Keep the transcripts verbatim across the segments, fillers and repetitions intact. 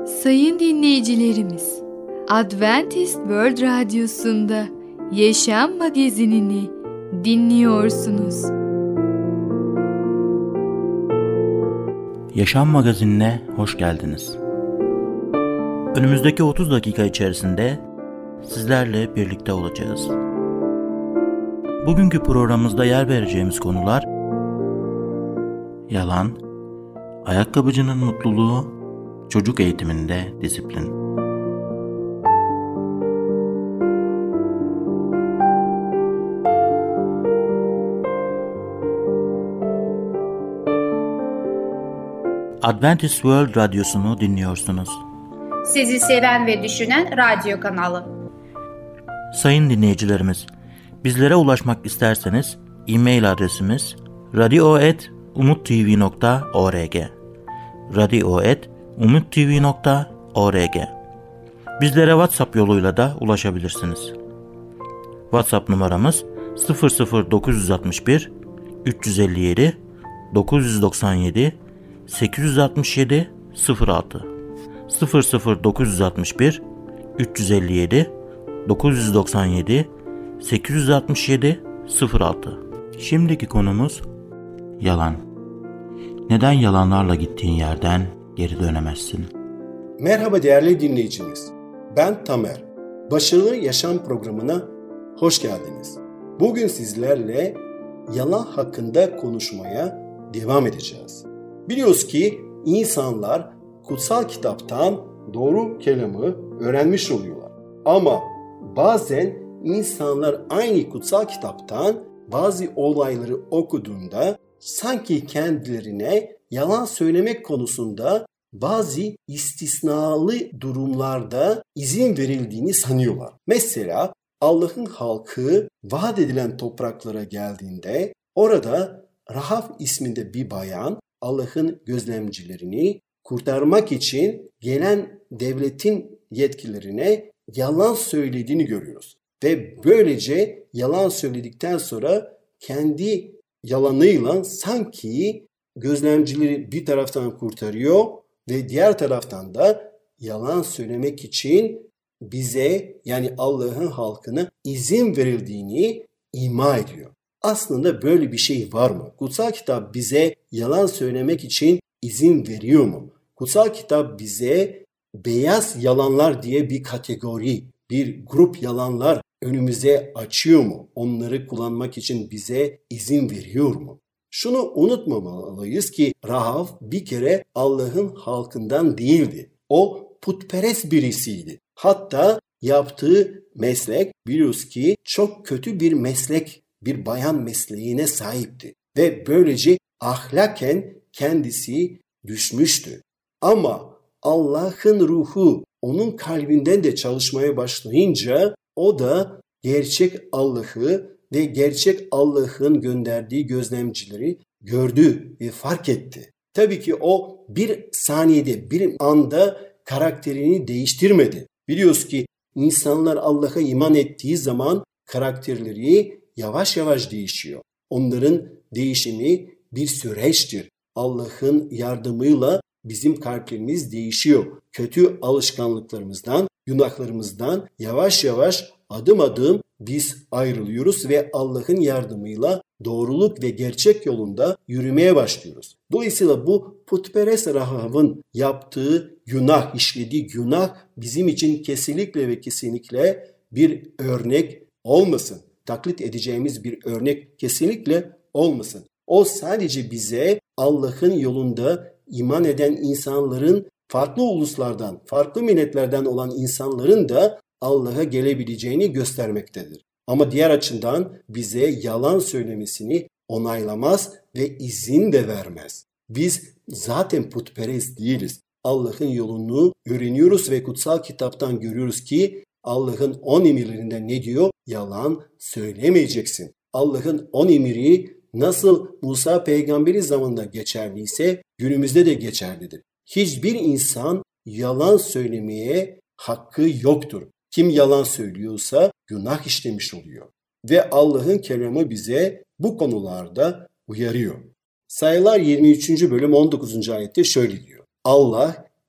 Sayın dinleyicilerimiz, Adventist World Radyosu'nda Yaşam Magazinini dinliyorsunuz. Yaşam Magazinine hoş geldiniz. Önümüzdeki otuz dakika içerisinde sizlerle birlikte olacağız. Bugünkü programımızda yer vereceğimiz konular: yalan, ayakkabıcının mutluluğu, çocuk eğitiminde disiplin. Adventist World Radyosu'nu dinliyorsunuz. Sizi seven ve düşünen radyo kanalı. Sayın dinleyicilerimiz, bizlere ulaşmak isterseniz e-mail adresimiz radio et umuttv nokta org radio et umuttv nokta org. Bizlere WhatsApp yoluyla da ulaşabilirsiniz. WhatsApp numaramız sıfır sıfır dokuz altı bir üç yüz elli yedi dokuz yüz doksan yedi sekiz yüz altmış yedi sıfır altı sıfır sıfır dokuz altı bir üç yüz elli yedi dokuz yüz doksan yedi sekiz yüz altmış yedi sıfır altı. Şimdiki konumuz yalan. Neden yalanlarla gittiğin yerden geri dönemezsin? Merhaba değerli dinleyicimiz. Ben Tamer. Başarılı Yaşam programına hoş geldiniz. Bugün sizlerle yalan hakkında konuşmaya devam edeceğiz. Biliyoruz ki insanlar kutsal kitaptan doğru kelamı öğrenmiş oluyorlar. Ama bazen insanlar aynı kutsal kitaptan bazı olayları okuduğunda sanki kendilerine yalan söylemek konusunda bazı istisnalı durumlarda izin verildiğini sanıyorlar. Mesela Allah'ın halkı vaat edilen topraklara geldiğinde orada Rahab isminde bir bayan Allah'ın gözlemcilerini kurtarmak için gelen devletin yetkililerine yalan söylediğini görüyoruz. Ve böylece yalan söyledikten sonra kendi yalanıyla sanki gözlemcileri bir taraftan kurtarıyor ve diğer taraftan da yalan söylemek için bize, yani Allah'ın halkına izin verildiğini ima ediyor. Aslında böyle bir şey var mı? Kutsal kitap bize yalan söylemek için izin veriyor mu? Kutsal kitap bize beyaz yalanlar diye bir kategori, bir grup yalanlar önümüze açıyor mu? Onları kullanmak için bize izin veriyor mu? Şunu unutmamalıyız ki Rahab bir kere Allah'ın halkından değildi. O putperest birisiydi. Hatta yaptığı meslek biliyoruz ki çok kötü bir meslek, bir bayan mesleğine sahipti. Ve böylece ahlaken kendisi düşmüştü. Ama Allah'ın ruhu onun kalbinden de çalışmaya başlayınca o da gerçek Allah'ı ve gerçek Allah'ın gönderdiği gözlemcileri gördü ve fark etti. Tabii ki o bir saniyede, bir anda karakterini değiştirmedi. Biliyoruz ki insanlar Allah'a iman ettiği zaman karakterleri yavaş yavaş değişiyor. Onların değişimi bir süreçtir. Allah'ın yardımıyla bizim kalplerimiz değişiyor. Kötü alışkanlıklarımızdan, günahlarımızdan yavaş yavaş adım adım biz ayrılıyoruz ve Allah'ın yardımıyla doğruluk ve gerçek yolunda yürümeye başlıyoruz. Dolayısıyla bu putperest Rahab'ın yaptığı günah, işlediği günah bizim için kesinlikle ve kesinlikle bir örnek olmasın. Taklit edeceğimiz bir örnek kesinlikle olmasın. O sadece bize Allah'ın yolunda iman eden insanların, farklı uluslardan, farklı milletlerden olan insanların da Allah'a gelebileceğini göstermektedir. Ama diğer açıdan bize yalan söylemesini onaylamaz ve izin de vermez. Biz zaten putperest değiliz. Allah'ın yolunu öğreniyoruz ve kutsal kitaptan görüyoruz ki Allah'ın on emirlerinde ne diyor? Yalan söylemeyeceksin. Allah'ın on emiri nasıl Musa peygamberi zamanında geçerliyse günümüzde de geçerlidir. Hiçbir insan yalan söylemeye hakkı yoktur. Kim yalan söylüyorsa günah işlemiş oluyor. Ve Allah'ın kelamı bize bu konularda uyarıyor. Sayılar yirmi üçüncü bölüm on dokuzuncu ayette şöyle diyor. Allah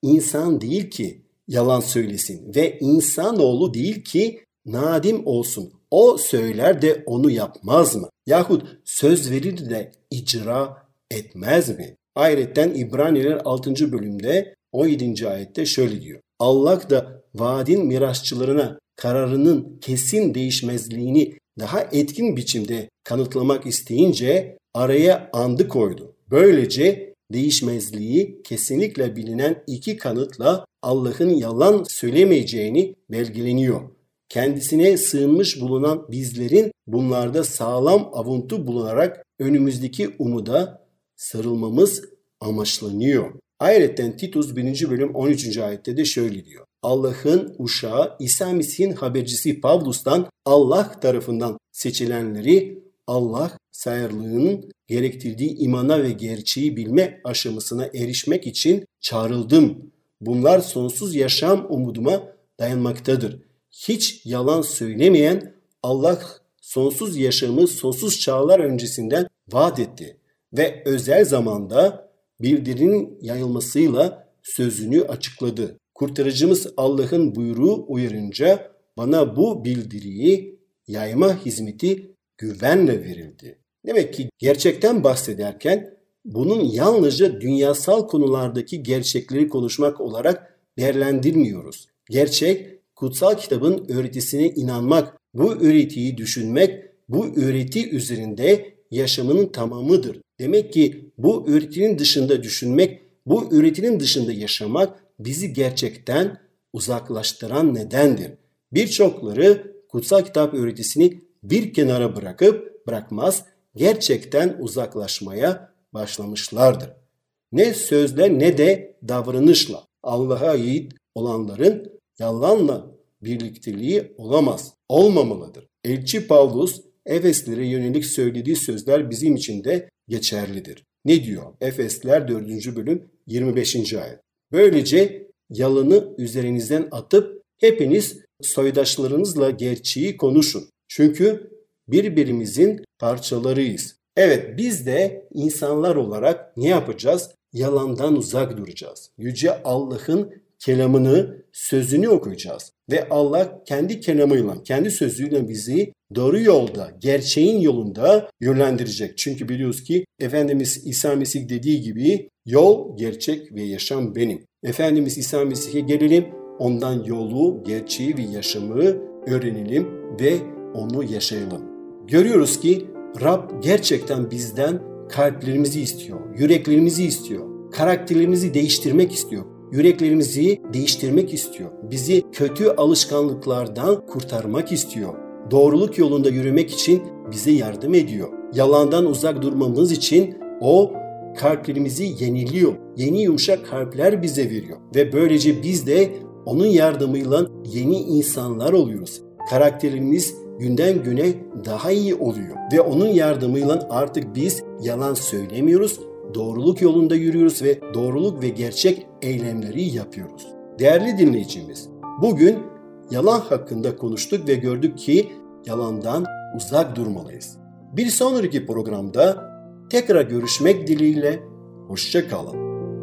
insan değil ki yalan söylesin ve insanoğlu değil ki nadim olsun. O söyler de onu yapmaz mı? Yahut söz verir de icra etmez mi? Ayrıca İbraniler altıncı bölümde on yedinci ayette şöyle diyor. Allah da vaadin mirasçılarına kararının kesin değişmezliğini daha etkin biçimde kanıtlamak isteyince araya andı koydu. Böylece değişmezliği kesinlikle bilinen iki kanıtla Allah'ın yalan söylemeyeceğini belgeleniyor. Kendisine sığınmış bulunan bizlerin bunlarda sağlam avuntu bulunarak önümüzdeki umuda sarılmamız amaçlanıyor. Ayrıca Titus birinci bölüm on üçüncü ayette de şöyle diyor. Allah'ın uşağı İsa Mesih'in habercisi Pavlus'tan Allah tarafından seçilenleri Allah sayarlığının gerektirdiği imana ve gerçeği bilme aşamasına erişmek için çağrıldım. Bunlar sonsuz yaşam umuduma dayanmaktadır. Hiç yalan söylemeyen Allah sonsuz yaşamı sonsuz çağlar öncesinden vaat etti ve özel zamanda bildirinin yayılmasıyla sözünü açıkladı. Kurtarıcımız Allah'ın buyruğu uyarınca bana bu bildiriyi yayma hizmeti güvenle verildi. Demek ki gerçekten bahsederken bunun yalnızca dünyasal konulardaki gerçekleri konuşmak olarak değerlendirmiyoruz. Gerçek, kutsal kitabın öğretisine inanmak, bu öğretiyi düşünmek, bu öğreti üzerinde yaşamının tamamıdır. Demek ki bu öğretinin dışında düşünmek, bu öğretinin dışında yaşamak bizi gerçekten uzaklaştıran nedendir. Birçokları kutsal kitap öğretisini bir kenara bırakıp bırakmaz, gerçekten uzaklaşmaya başlamışlardır. Ne sözle ne de davranışla Allah'a ait olanların yalanla birlikteliği olamaz, olmamalıdır. Elçi Pavlus Efeslilere yönelik söylediği sözler bizim için de geçerlidir. Ne diyor? Efesliler dördüncü bölüm yirmi beşinci ayet. Böylece yalanı üzerinizden atıp hepiniz soydaşlarınızla gerçeği konuşun. Çünkü birbirimizin parçalarıyız. Evet, biz de insanlar olarak ne yapacağız? Yalandan uzak duracağız. Yüce Allah'ın kelamını, sözünü okuyacağız. Ve Allah kendi kelamıyla, kendi sözüyle bizi doğru yolda, gerçeğin yolunda yönlendirecek. Çünkü biliyoruz ki Efendimiz İsa Mesih dediği gibi yol, gerçek ve yaşam benim. Efendimiz İsa Mesih'e gelelim, ondan yolu, gerçeği ve yaşamı öğrenelim ve onu yaşayalım. Görüyoruz ki Rab gerçekten bizden kalplerimizi istiyor, yüreklerimizi istiyor, karakterlerimizi değiştirmek istiyor. Yüreklerimizi değiştirmek istiyor. Bizi kötü alışkanlıklardan kurtarmak istiyor. Doğruluk yolunda yürümek için bize yardım ediyor. Yalandan uzak durmamız için o kalplerimizi yeniliyor. Yeni yumuşak kalpler bize veriyor. Ve böylece biz de onun yardımıyla yeni insanlar oluyoruz. Karakterimiz günden güne daha iyi oluyor. Ve onun yardımıyla artık biz yalan söylemiyoruz. Doğruluk yolunda yürüyoruz ve doğruluk ve gerçek eylemleri yapıyoruz. Değerli dinleyicimiz, bugün yalan hakkında konuştuk ve gördük ki yalandan uzak durmalıyız. Bir sonraki programda tekrar görüşmek dileğiyle, hoşça kalın.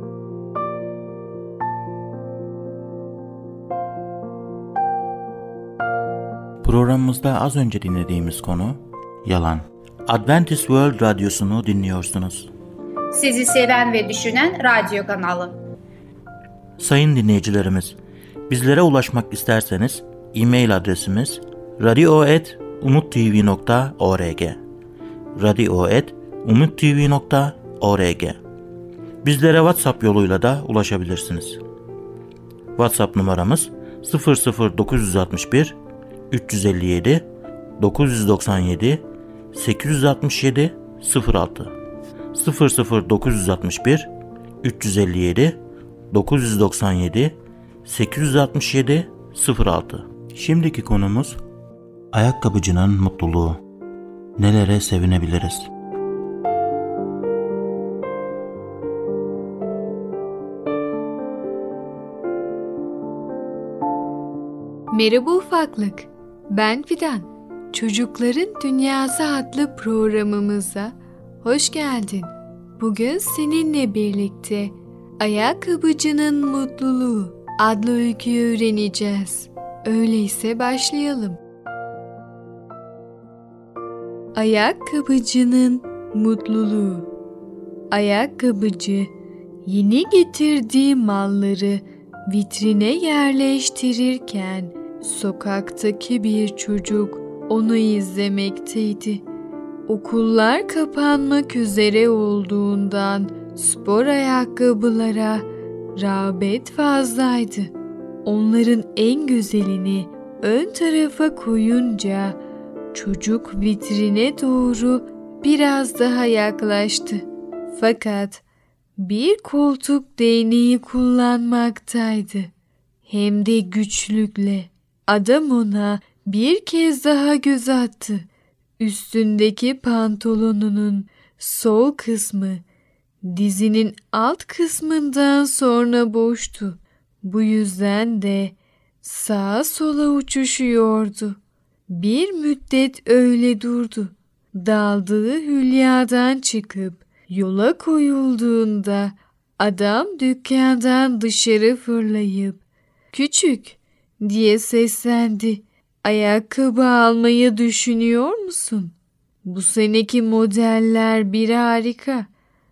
Programımızda az önce dinlediğimiz konu yalan. Adventist World Radyosu'nu dinliyorsunuz. Sizi seven ve düşünen radyo kanalı. Sayın dinleyicilerimiz, bizlere ulaşmak isterseniz e-mail adresimiz radio et umuttv nokta org radio et umuttv nokta org. Bizlere WhatsApp yoluyla da ulaşabilirsiniz. WhatsApp numaramız sıfır sıfır dokuz altı bir üç yüz elli yedi dokuz yüz doksan yedi sekiz yüz altmış yedi sıfır altı sıfır sıfır dokuz altı bir üç yüz elli yedi dokuz yüz doksan yedi sekiz yüz altmış yedi sıfır altı. Şimdiki konumuz ayakkabıcının mutluluğu. Nelere sevinebiliriz? Merhaba ufaklık, ben Fidan. Çocukların Dünyası adlı programımıza hoş geldin. Bugün seninle birlikte Ayakkabıcının Mutluluğu adlı öyküyü öğreneceğiz. Öyleyse başlayalım. Ayakkabıcının Mutluluğu. Ayakkabıcı yeni getirdiği malları vitrine yerleştirirken sokaktaki bir çocuk onu izlemekteydi. Okullar kapanmak üzere olduğundan spor ayakkabılara rağbet fazlaydı. Onların en güzelini ön tarafa koyunca çocuk vitrine doğru biraz daha yaklaştı. Fakat bir koltuk değneği kullanmaktaydı. Hem de güçlükle. Adam ona bir kez daha göz attı. Üstündeki pantolonunun sol kısmı dizinin alt kısmından sonra boştu. Bu yüzden de sağa sola uçuşuyordu. Bir müddet öyle durdu. Daldığı hülyadan çıkıp yola koyulduğunda adam dükkandan dışarı fırlayıp "Küçük," diye seslendi. "Ayakkabı almayı düşünüyor musun? Bu seneki modeller bir harika."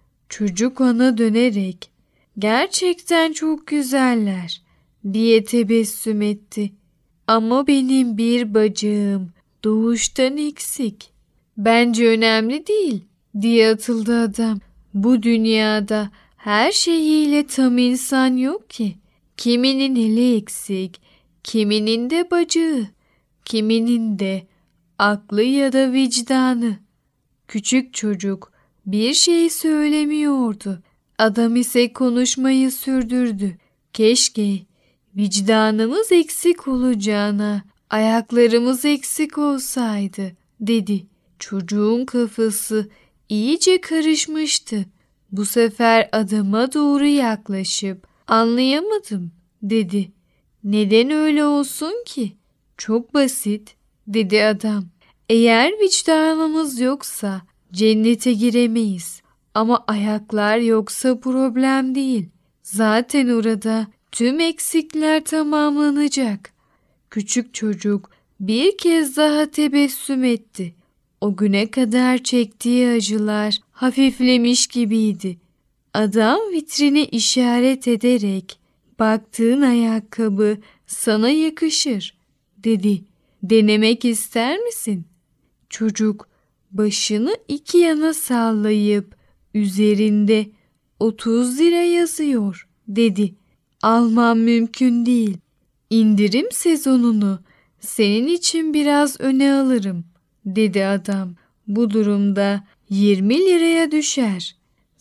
Çocuk ona dönerek "Gerçekten çok güzeller," diye tebessüm etti. "Ama benim bir bacağım doğuştan eksik." "Bence önemli değil," diye atıldı adam. "Bu dünyada her şeyiyle tam insan yok ki. Kiminin eli eksik, kiminin de bacağı, kiminin de aklı ya da vicdanı." Küçük çocuk bir şey söylemiyordu. Adam ise konuşmayı sürdürdü. "Keşke vicdanımız eksik olacağına ayaklarımız eksik olsaydı," dedi. Çocuğun kafası iyice karışmıştı. Bu sefer adama doğru yaklaşıp "Anlayamadım," dedi. "Neden öyle olsun ki?" "Çok basit," dedi adam. "Eğer vicdanımız yoksa cennete giremeyiz. Ama ayaklar yoksa problem değil. Zaten orada tüm eksikler tamamlanacak." Küçük çocuk bir kez daha tebessüm etti. O güne kadar çektiği acılar hafiflemiş gibiydi. Adam vitrine işaret ederek "Baktığın ayakkabı sana yakışır," dedi. "Denemek ister misin?" Çocuk başını iki yana sallayıp üzerinde otuz lira yazıyor, dedi. "Almam mümkün değil. İndirim sezonunu senin için biraz öne alırım," dedi adam. "Bu durumda yirmi liraya düşer.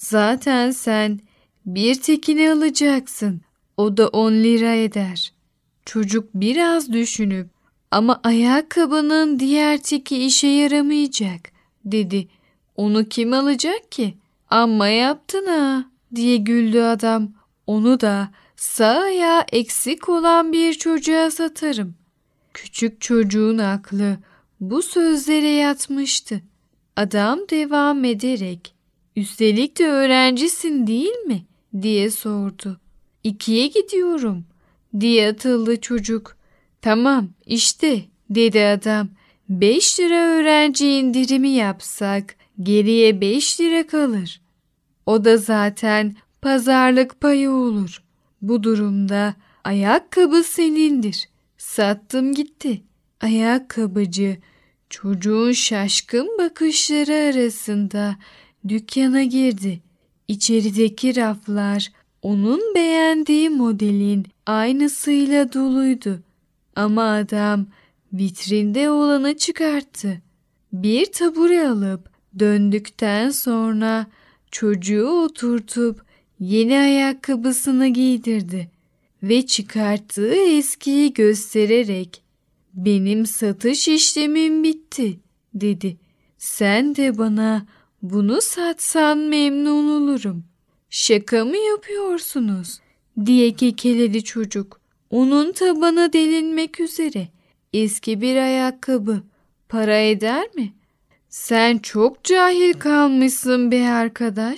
Zaten sen bir tekini alacaksın. O da on lira eder." Çocuk biraz düşünüp "Ama ayakkabının diğer teki işe yaramayacak," dedi. "Onu kim alacak ki?" "Amma yaptın ha," diye güldü adam. "Onu da sağ ayağı eksik olan bir çocuğa satarım." Küçük çocuğun aklı bu sözlere yatmıştı. Adam devam ederek "Üstelik de öğrencisin değil mi?" diye sordu. "İkiye gidiyorum," diye atıldı çocuk. "Tamam işte," dedi adam. Beş lira öğrenci indirimi yapsak geriye beş lira kalır. O da zaten pazarlık payı olur. Bu durumda ayakkabı senindir. Sattım gitti." Ayakkabıcı çocuğun şaşkın bakışları arasında dükkana girdi. İçerideki raflar onun beğendiği modelin aynısıyla doluydu. Ama adam vitrinde olanı çıkarttı. Bir tabure alıp döndükten sonra çocuğu oturtup yeni ayakkabısını giydirdi ve çıkarttığı eskiyi göstererek "Benim satış işlemim bitti," dedi. "Sen de bana bunu satsan memnun olurum." "Şaka mı yapıyorsunuz?" diye kekeledi çocuk. Onun tabana delinmek üzere. Eski bir ayakkabı para eder mi? "Sen çok cahil kalmışsın be arkadaş,"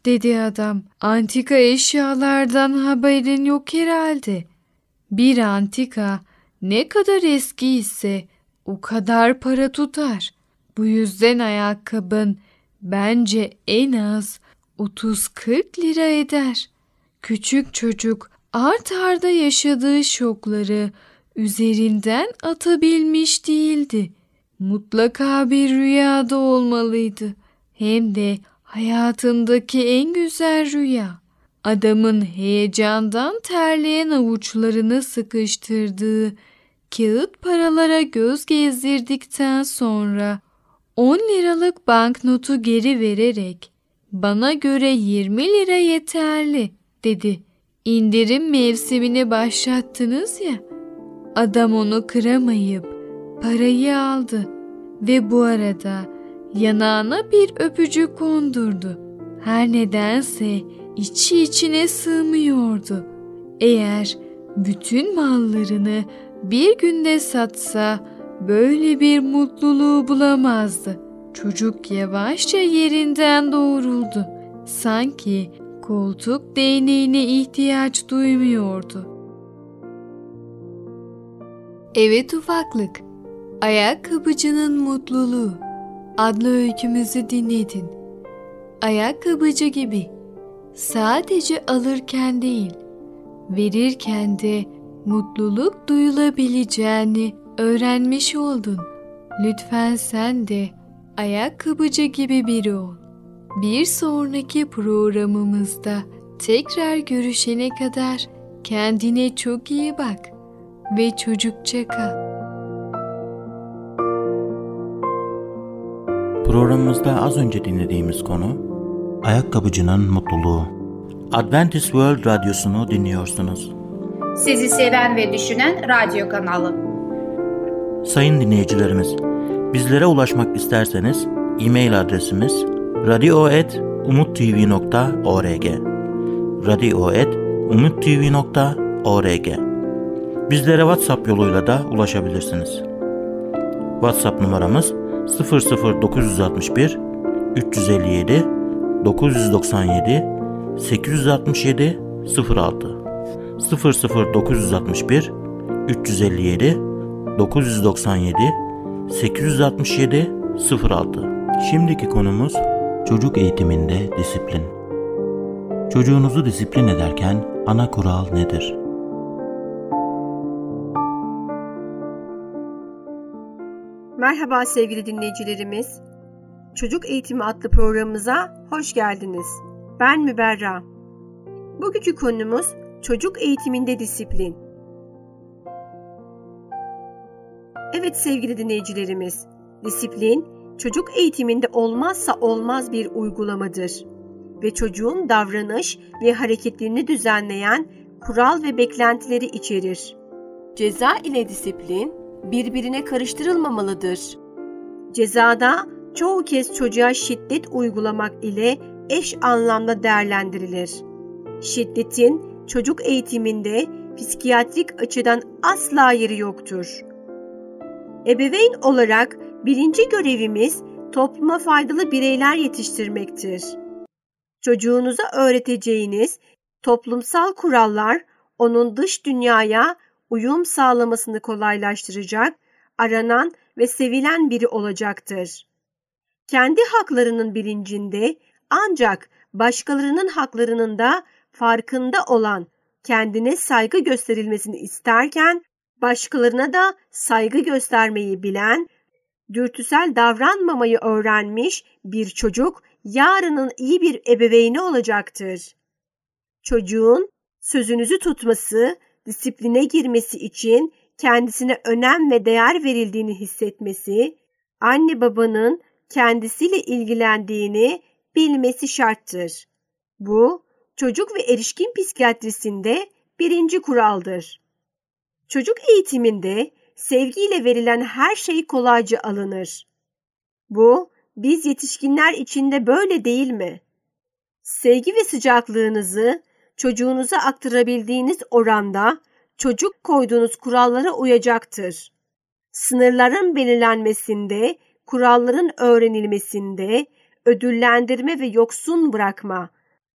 dedi adam. Antika eşyalardan haberin yok herhalde. Bir antika ne kadar eski ise o kadar para tutar. Bu yüzden ayakkabın bence en az otuz kırk lira eder. Küçük çocuk art arda yaşadığı şokları üzerinden atabilmiş değildi. Mutlaka bir rüyada olmalıydı. Hem de hayatındaki en güzel rüya. Adamın heyecandan terleyen avuçlarını sıkıştırdığı kağıt paralara göz gezdirdikten sonra on liralık banknotu geri vererek "Bana göre yirmi lira yeterli," dedi. "İndirim mevsimini başlattınız ya." Adam onu kıramayıp parayı aldı ve bu arada yanağına bir öpücük kondurdu. Her nedense içi içine sığmıyordu. Eğer bütün mallarını bir günde satsa böyle bir mutluluğu bulamazdı. Çocuk yavaşça yerinden doğruldu. Sanki koltuk değneğine ihtiyaç duymuyordu. Evet ufaklık, Ayakkabıcının Mutluluğu adlı öykümüzü dinledin. Ayakkabıcı gibi sadece alırken değil, verirken de mutluluk duyulabileceğini öğrenmiş oldun. Lütfen sen de ayakkabıcı gibi biri ol. Bir sonraki programımızda tekrar görüşene kadar kendine çok iyi bak ve çocukça kal. Programımızda az önce dinlediğimiz konu Ayakkabıcının Mutluluğu. Adventist World Radyosu'nu dinliyorsunuz. Sizi seven ve düşünen radyo kanalı. Sayın dinleyicilerimiz, bizlere ulaşmak isterseniz e-mail adresimiz radio et umuttv nokta org radio et umuttv nokta org. Bizlere WhatsApp yoluyla da ulaşabilirsiniz. WhatsApp numaramız sıfır sıfır dokuz altı bir üç elli yedi dokuz doksan yedi sekiz altı yedi sıfır altı sıfır sıfır dokuz altı bir üç elli yedi dokuz doksan yedi sekiz altı yedi sıfır altı. Şimdiki konumuz çocuk eğitiminde disiplin. Çocuğunuzu disiplin ederken ana kural nedir? Merhaba sevgili dinleyicilerimiz. Çocuk Eğitimi adlı programımıza hoş geldiniz. Ben Müberra. Bugünkü konumuz çocuk eğitiminde disiplin. Evet sevgili dinleyicilerimiz, disiplin çocuk eğitiminde olmazsa olmaz bir uygulamadır ve çocuğun davranış ve hareketlerini düzenleyen kural ve beklentileri içerir. Ceza ile disiplin birbirine karıştırılmamalıdır. Cezada çoğu kez çocuğa şiddet uygulamak ile eş anlamda değerlendirilir. Şiddetin çocuk eğitiminde psikiyatrik açıdan asla yeri yoktur. Ebeveyn olarak birinci görevimiz topluma faydalı bireyler yetiştirmektir. Çocuğunuza öğreteceğiniz toplumsal kurallar onun dış dünyaya uyum sağlamasını kolaylaştıracak, aranan ve sevilen biri olacaktır. Kendi haklarının bilincinde ancak başkalarının haklarının da farkında olan, kendine saygı gösterilmesini isterken başkalarına da saygı göstermeyi bilen, dürtüsel davranmamayı öğrenmiş bir çocuk yarının iyi bir ebeveyni olacaktır. Çocuğun sözünüzü tutması, disipline girmesi için kendisine önem ve değer verildiğini hissetmesi, anne babanın kendisiyle ilgilendiğini bilmesi şarttır. Bu, çocuk ve erişkin psikiyatrisinde birinci kuraldır. Çocuk eğitiminde sevgiyle verilen her şey kolayca alınır. Bu, biz yetişkinler için de böyle değil mi? Sevgi ve sıcaklığınızı çocuğunuza aktarabildiğiniz oranda çocuk koyduğunuz kurallara uyacaktır. Sınırların belirlenmesinde, kuralların öğrenilmesinde, ödüllendirme ve yoksun bırakma,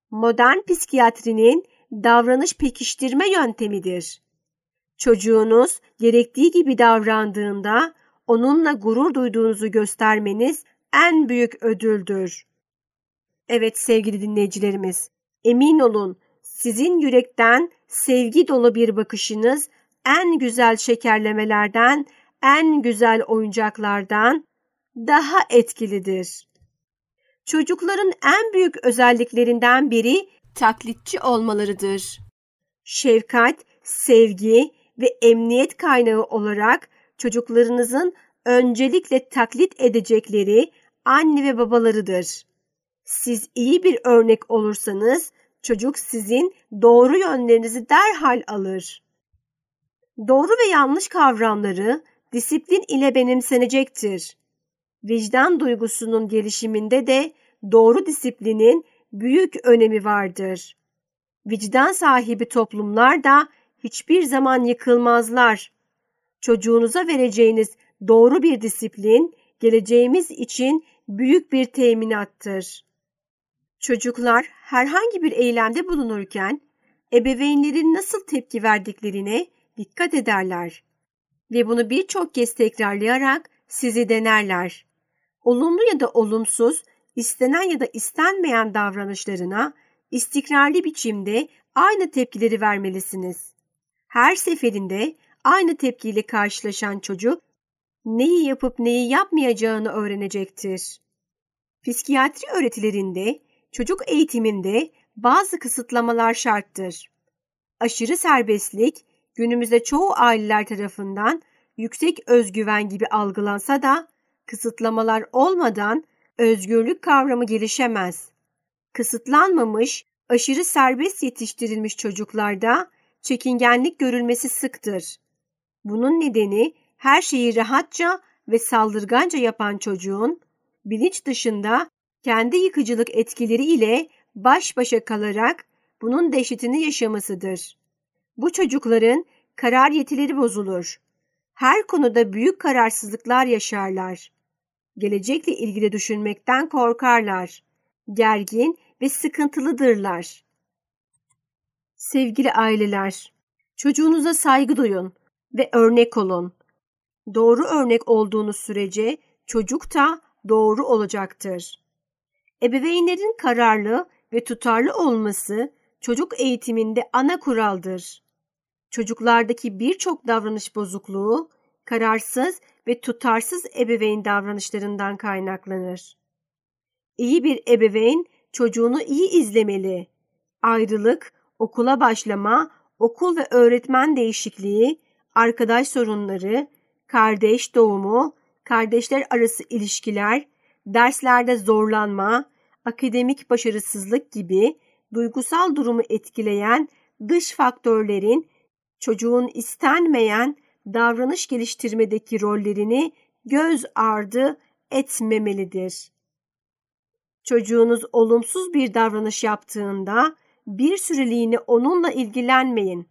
modern psikiyatrinin davranış pekiştirme yöntemidir. Çocuğunuz gerektiği gibi davrandığında onunla gurur duyduğunuzu göstermeniz en büyük ödüldür. Evet sevgili dinleyicilerimiz, emin olun sizin yürekten sevgi dolu bir bakışınız en güzel şekerlemelerden, en güzel oyuncaklardan daha etkilidir. Çocukların en büyük özelliklerinden biri taklitçi olmalarıdır. Şefkat, sevgi ve emniyet kaynağı olarak çocuklarınızın öncelikle taklit edecekleri anne ve babalarıdır. Siz iyi bir örnek olursanız çocuk sizin doğru yönlerinizi derhal alır. Doğru ve yanlış kavramları disiplin ile benimsenecektir. Vicdan duygusunun gelişiminde de doğru disiplinin büyük önemi vardır. Vicdan sahibi toplumlar da hiçbir zaman yıkılmazlar. Çocuğunuza vereceğiniz doğru bir disiplin geleceğimiz için büyük bir teminattır. Çocuklar herhangi bir eylemde bulunurken ebeveynlerin nasıl tepki verdiklerine dikkat ederler ve bunu birçok kez tekrarlayarak sizi denerler. Olumlu ya da olumsuz, istenen ya da istenmeyen davranışlarına istikrarlı biçimde aynı tepkileri vermelisiniz. Her seferinde aynı tepkiyle karşılaşan çocuk neyi yapıp neyi yapmayacağını öğrenecektir. Psikiyatri öğretilerinde, çocuk eğitiminde bazı kısıtlamalar şarttır. Aşırı serbestlik günümüzde çoğu aileler tarafından yüksek özgüven gibi algılansa da kısıtlamalar olmadan özgürlük kavramı gelişemez. Kısıtlanmamış, aşırı serbest yetiştirilmiş çocuklarda çekingenlik görülmesi sıktır. Bunun nedeni her şeyi rahatça ve saldırganca yapan çocuğun bilinç dışında kendi yıkıcılık etkileri ile baş başa kalarak bunun dehşetini yaşamasıdır. Bu çocukların karar yetileri bozulur. Her konuda büyük kararsızlıklar yaşarlar. Gelecekle ilgili düşünmekten korkarlar. Gergin ve sıkıntılıdırlar. Sevgili aileler, çocuğunuza saygı duyun ve örnek olun. Doğru örnek olduğunuz sürece çocuk da doğru olacaktır. Ebeveynlerin kararlı ve tutarlı olması çocuk eğitiminde ana kuraldır. Çocuklardaki birçok davranış bozukluğu kararsız ve tutarsız ebeveyn davranışlarından kaynaklanır. İyi bir ebeveyn çocuğunu iyi izlemeli. Ayrılık, okula başlama, okul ve öğretmen değişikliği, arkadaş sorunları, kardeş doğumu, kardeşler arası ilişkiler, derslerde zorlanma, akademik başarısızlık gibi duygusal durumu etkileyen dış faktörlerin çocuğun istenmeyen davranış geliştirmedeki rollerini göz ardı etmemelidir. Çocuğunuz olumsuz bir davranış yaptığında bir süreliğine onunla ilgilenmeyin.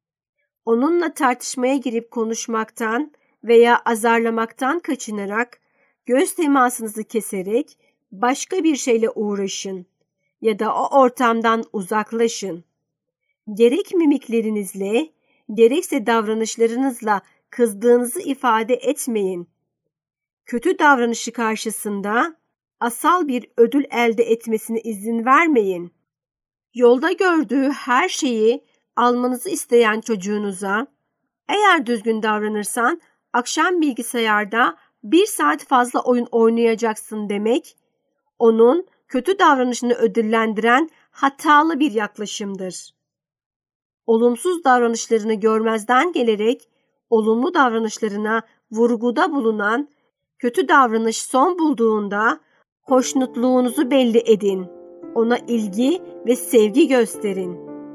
Onunla tartışmaya girip konuşmaktan veya azarlamaktan kaçınarak göz temasınızı keserek başka bir şeyle uğraşın ya da o ortamdan uzaklaşın. Gerek mimiklerinizle, gerekse davranışlarınızla kızdığınızı ifade etmeyin. Kötü davranışı karşısında asal bir ödül elde etmesine izin vermeyin. Yolda gördüğü her şeyi almanızı isteyen çocuğunuza, eğer düzgün davranırsan akşam bilgisayarda bir saat fazla oyun oynayacaksın demek, onun kötü davranışını ödüllendiren hatalı bir yaklaşımdır. Olumsuz davranışlarını görmezden gelerek olumlu davranışlarına vurguda bulunan, kötü davranış son bulduğunda hoşnutluğunuzu belli edin. Ona ilgi ve sevgi gösterin.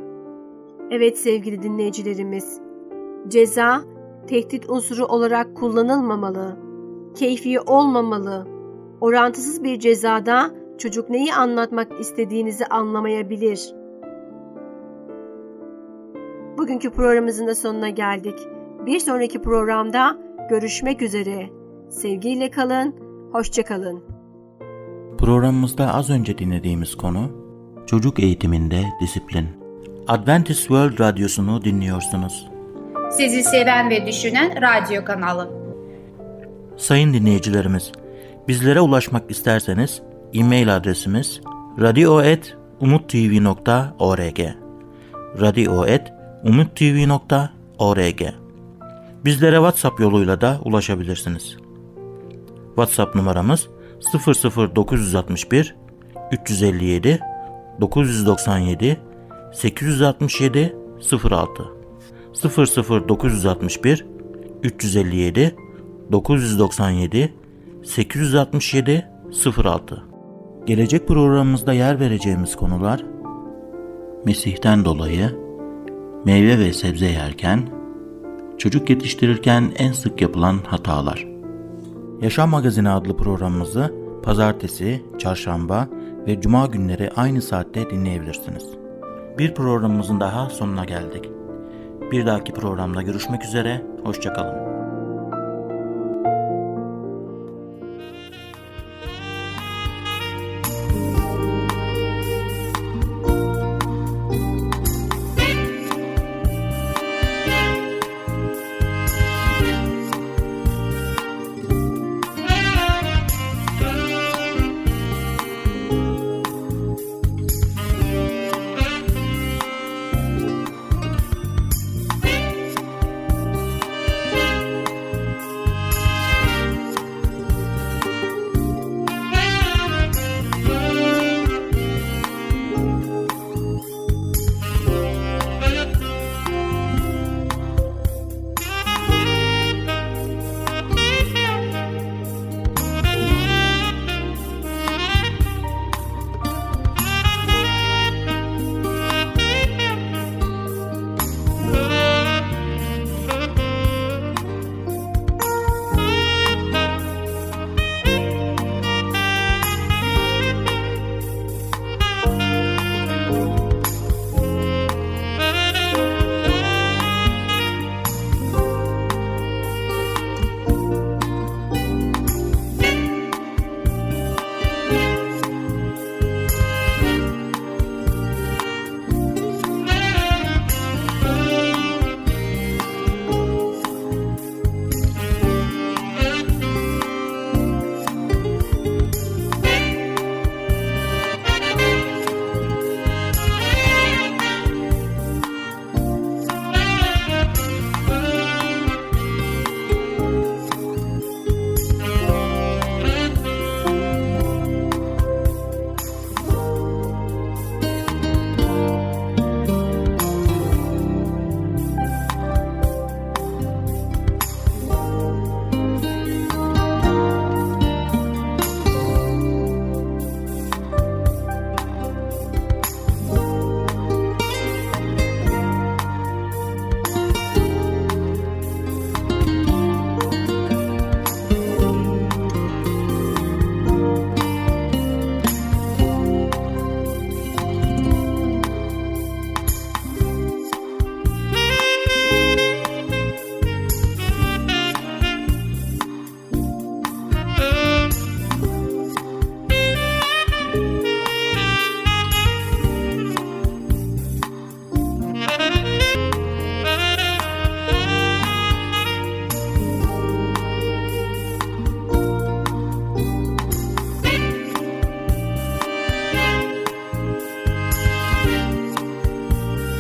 Evet sevgili dinleyicilerimiz, ceza tehdit unsuru olarak kullanılmamalı, keyfi olmamalı. Orantısız bir cezada çocuk neyi anlatmak istediğinizi anlamayabilir. Bugünkü programımızın da sonuna geldik. Bir sonraki programda görüşmek üzere. Sevgiyle kalın, hoşça kalın. Programımızda az önce dinlediğimiz konu, Çocuk eğitiminde disiplin. Adventist World Radyosu'nu dinliyorsunuz. Sizi seven ve düşünen radyo kanalı. Sayın dinleyicilerimiz, bizlere ulaşmak isterseniz e-mail adresimiz radio et umuttv nokta org radio et umuttv nokta org. Bizlere WhatsApp yoluyla da ulaşabilirsiniz. WhatsApp numaramız sıfır sıfır dokuz altı bir üç yüz elli yedi dokuz yüz doksan yedi sekiz yüz altmış yedi sıfır altı sıfır sıfır dokuz altı bir üç yüz elli yedi dokuz yüz doksan yedi sekiz yüz altmış yedi sıfır altı. Gelecek programımızda yer vereceğimiz konular: Mesih'ten dolayı, meyve ve sebze yerken, çocuk yetiştirirken en sık yapılan hatalar. Yaşam Magazini adlı programımızı pazartesi, çarşamba ve cuma günleri aynı saatte dinleyebilirsiniz. Bir programımızın daha sonuna geldik. Bir dahaki programda görüşmek üzere, hoşça kalın.